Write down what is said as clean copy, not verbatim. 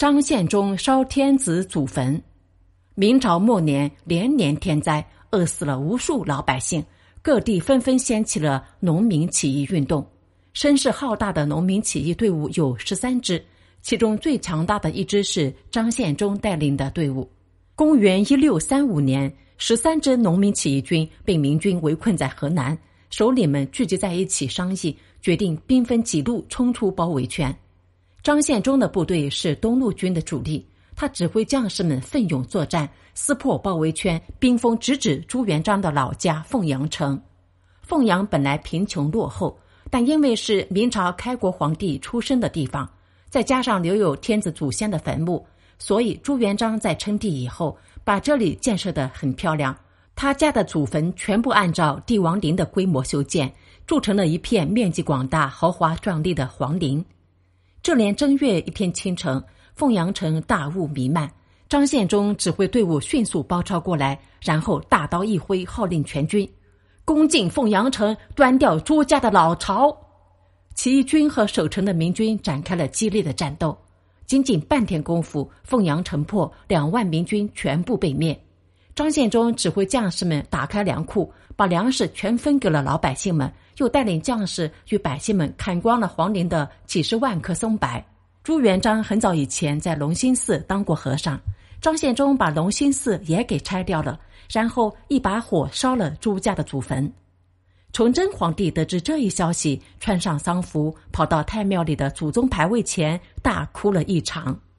张献忠烧天子祖坟。明朝末年连年天灾，饿死了无数老百姓，各地纷纷掀起了农民起义运动。声势浩大的农民起义队伍有13支，其中最强大的一支是张献忠带领的队伍。公元1635年，13支农民起义军被明军围困在河南，首领们聚集在一起商议，决定兵分几路冲出包围圈。张献忠的部队是东路军的主力，他指挥将士们奋勇作战，撕破包围圈，兵锋直指朱元璋的老家凤阳城。凤阳本来贫穷落后，但因为是明朝开国皇帝出生的地方，再加上留有天子祖先的坟墓，所以朱元璋在称帝以后把这里建设得很漂亮。他家的祖坟全部按照帝王陵的规模修建，筑成了一片面积广大豪华壮丽的皇陵。这年正月一天清晨，凤阳城大雾弥漫，张献忠指挥队伍迅速包抄过来，然后大刀一挥，号令全军攻进凤阳城，端掉朱家的老巢。起义军和守城的明军展开了激烈的战斗，仅仅半天功夫，凤阳城破，2万明军全部被灭。张献忠指挥将士们打开粮库，把粮食全分给了老百姓们，又带领将士与百姓们砍光了皇陵的几十万棵松柏。朱元璋很早以前在隆兴寺当过和尚，张献忠把隆兴寺也给拆掉了，然后一把火烧了朱家的祖坟。崇祯皇帝得知这一消息，穿上丧服，跑到太庙里的祖宗牌位前大哭了一场。